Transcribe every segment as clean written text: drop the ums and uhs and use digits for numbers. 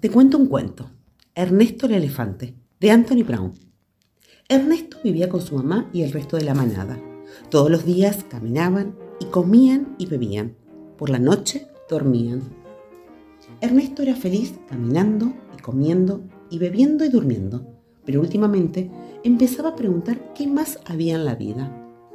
Te cuento un cuento. Ernesto el elefante, de Anthony Brown. Ernesto vivía con su mamá y el resto de la manada. Todos los días caminaban y comían y bebían. Por la noche dormían. Ernesto era feliz caminando y comiendo y bebiendo y durmiendo, pero últimamente empezaba a preguntar qué más había en la vida.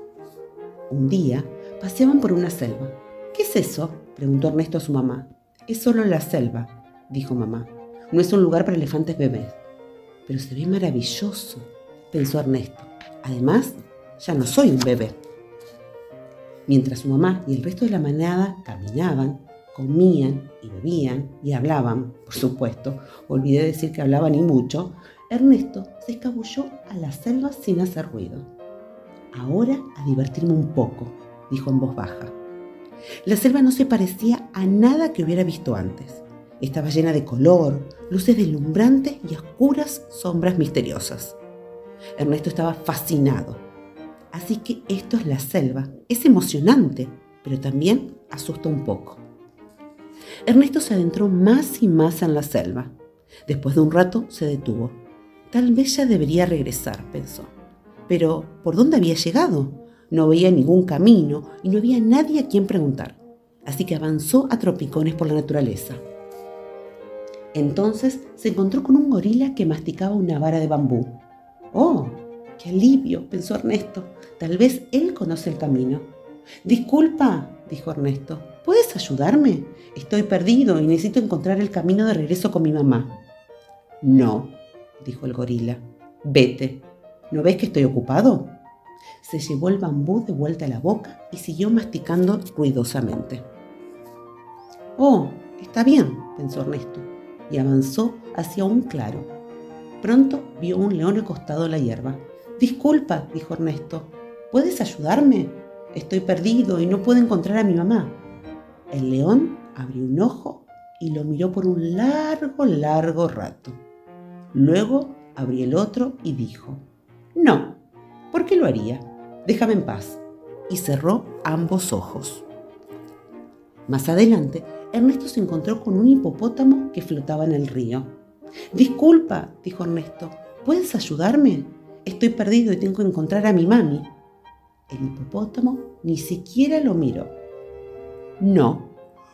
Un día paseaban por una selva. ¿Qué es eso?, preguntó Ernesto a su mamá. Es solo la selva, dijo mamá. No es un lugar para elefantes bebés. Pero se ve maravilloso, pensó Ernesto. Además, ya no soy un bebé. Mientras su mamá y el resto de la manada caminaban, comían y bebían y hablaban, por supuesto, olvidé decir que hablaban y mucho, Ernesto se escabulló a la selva sin hacer ruido. Ahora a divertirme un poco, dijo en voz baja. La selva no se parecía a nada que hubiera visto antes. Estaba llena de color, luces deslumbrantes y oscuras sombras misteriosas. Ernesto estaba fascinado. Así que esto es la selva. Es emocionante, pero también asusta un poco. Ernesto se adentró más y más en la selva. Después de un rato se detuvo. Tal vez ya debería regresar, pensó. Pero, ¿por dónde había llegado? No veía ningún camino y no había nadie a quien preguntar. Así que avanzó a tropicones por la naturaleza. Entonces se encontró con un gorila que masticaba una vara de bambú. ¡Oh, qué alivio!, pensó Ernesto. Tal vez él conoce el camino. «Disculpa», dijo Ernesto, «¿puedes ayudarme? Estoy perdido y necesito encontrar el camino de regreso con mi mamá». «No», dijo el gorila, «vete. ¿No ves que estoy ocupado?» Se llevó el bambú de vuelta a la boca y siguió masticando ruidosamente. «Oh, está bien», pensó Ernesto, y avanzó hacia un claro. Pronto vio un león acostado en la hierba. «Disculpa», dijo Ernesto, «¿puedes ayudarme? Estoy perdido y no puedo encontrar a mi mamá». El león abrió un ojo y lo miró por un largo rato. Luego abrió el otro y dijo: «No, ¿por qué lo haría? Déjame en paz». Y cerró ambos ojos. Más adelante, Ernesto se encontró con un hipopótamo que flotaba en el río. «Disculpa», dijo Ernesto, «¿puedes ayudarme? Estoy perdido y tengo que encontrar a mi mami». El hipopótamo ni siquiera lo miró. «No»,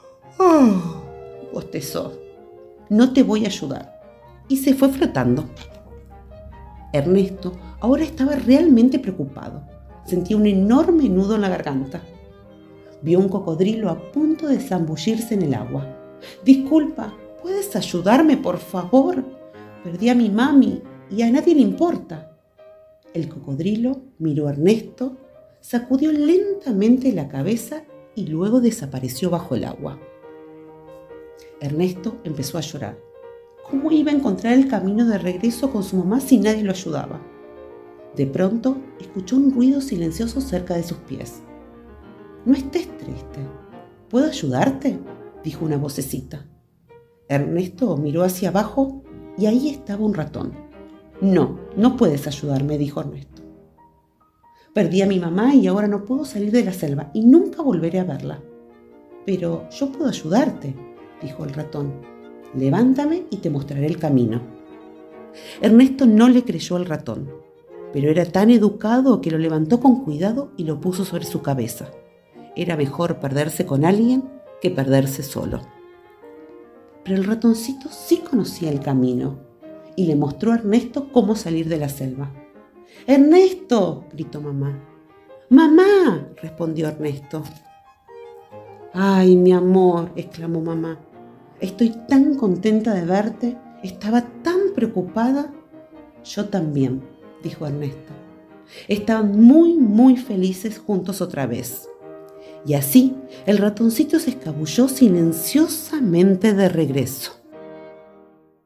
bostezó, «no te voy a ayudar». Y se fue flotando. Ernesto ahora estaba realmente preocupado. Sentía un enorme nudo en la garganta. Vio un cocodrilo a punto de zambullirse en el agua. «Disculpa, ¿puedes ayudarme, por favor? Perdí a mi mami y a nadie le importa». El cocodrilo miró a Ernesto, sacudió lentamente la cabeza y luego desapareció bajo el agua. Ernesto empezó a llorar. ¿Cómo iba a encontrar el camino de regreso con su mamá si nadie lo ayudaba? De pronto escuchó un ruido silencioso cerca de sus pies. «No estés triste. ¿Puedo ayudarte?», dijo una vocecita. Ernesto miró hacia abajo y ahí estaba un ratón. «No, no puedes ayudarme», dijo Ernesto. «Perdí a mi mamá y ahora no puedo salir de la selva y nunca volveré a verla». «Pero yo puedo ayudarte», dijo el ratón. «Levántame y te mostraré el camino». Ernesto no le creyó al ratón, pero era tan educado que lo levantó con cuidado y lo puso sobre su cabeza. Era mejor perderse con alguien que perderse solo. Pero el ratoncito sí conocía el camino y le mostró a Ernesto cómo salir de la selva. «¡Ernesto!», gritó mamá. «¡Mamá!», respondió Ernesto. «Ay, mi amor», exclamó mamá, «estoy tan contenta de verte, estaba tan preocupada». «Yo también», dijo Ernesto. Estaban muy felices juntos otra vez. Y así el ratoncito se escabulló silenciosamente de regreso.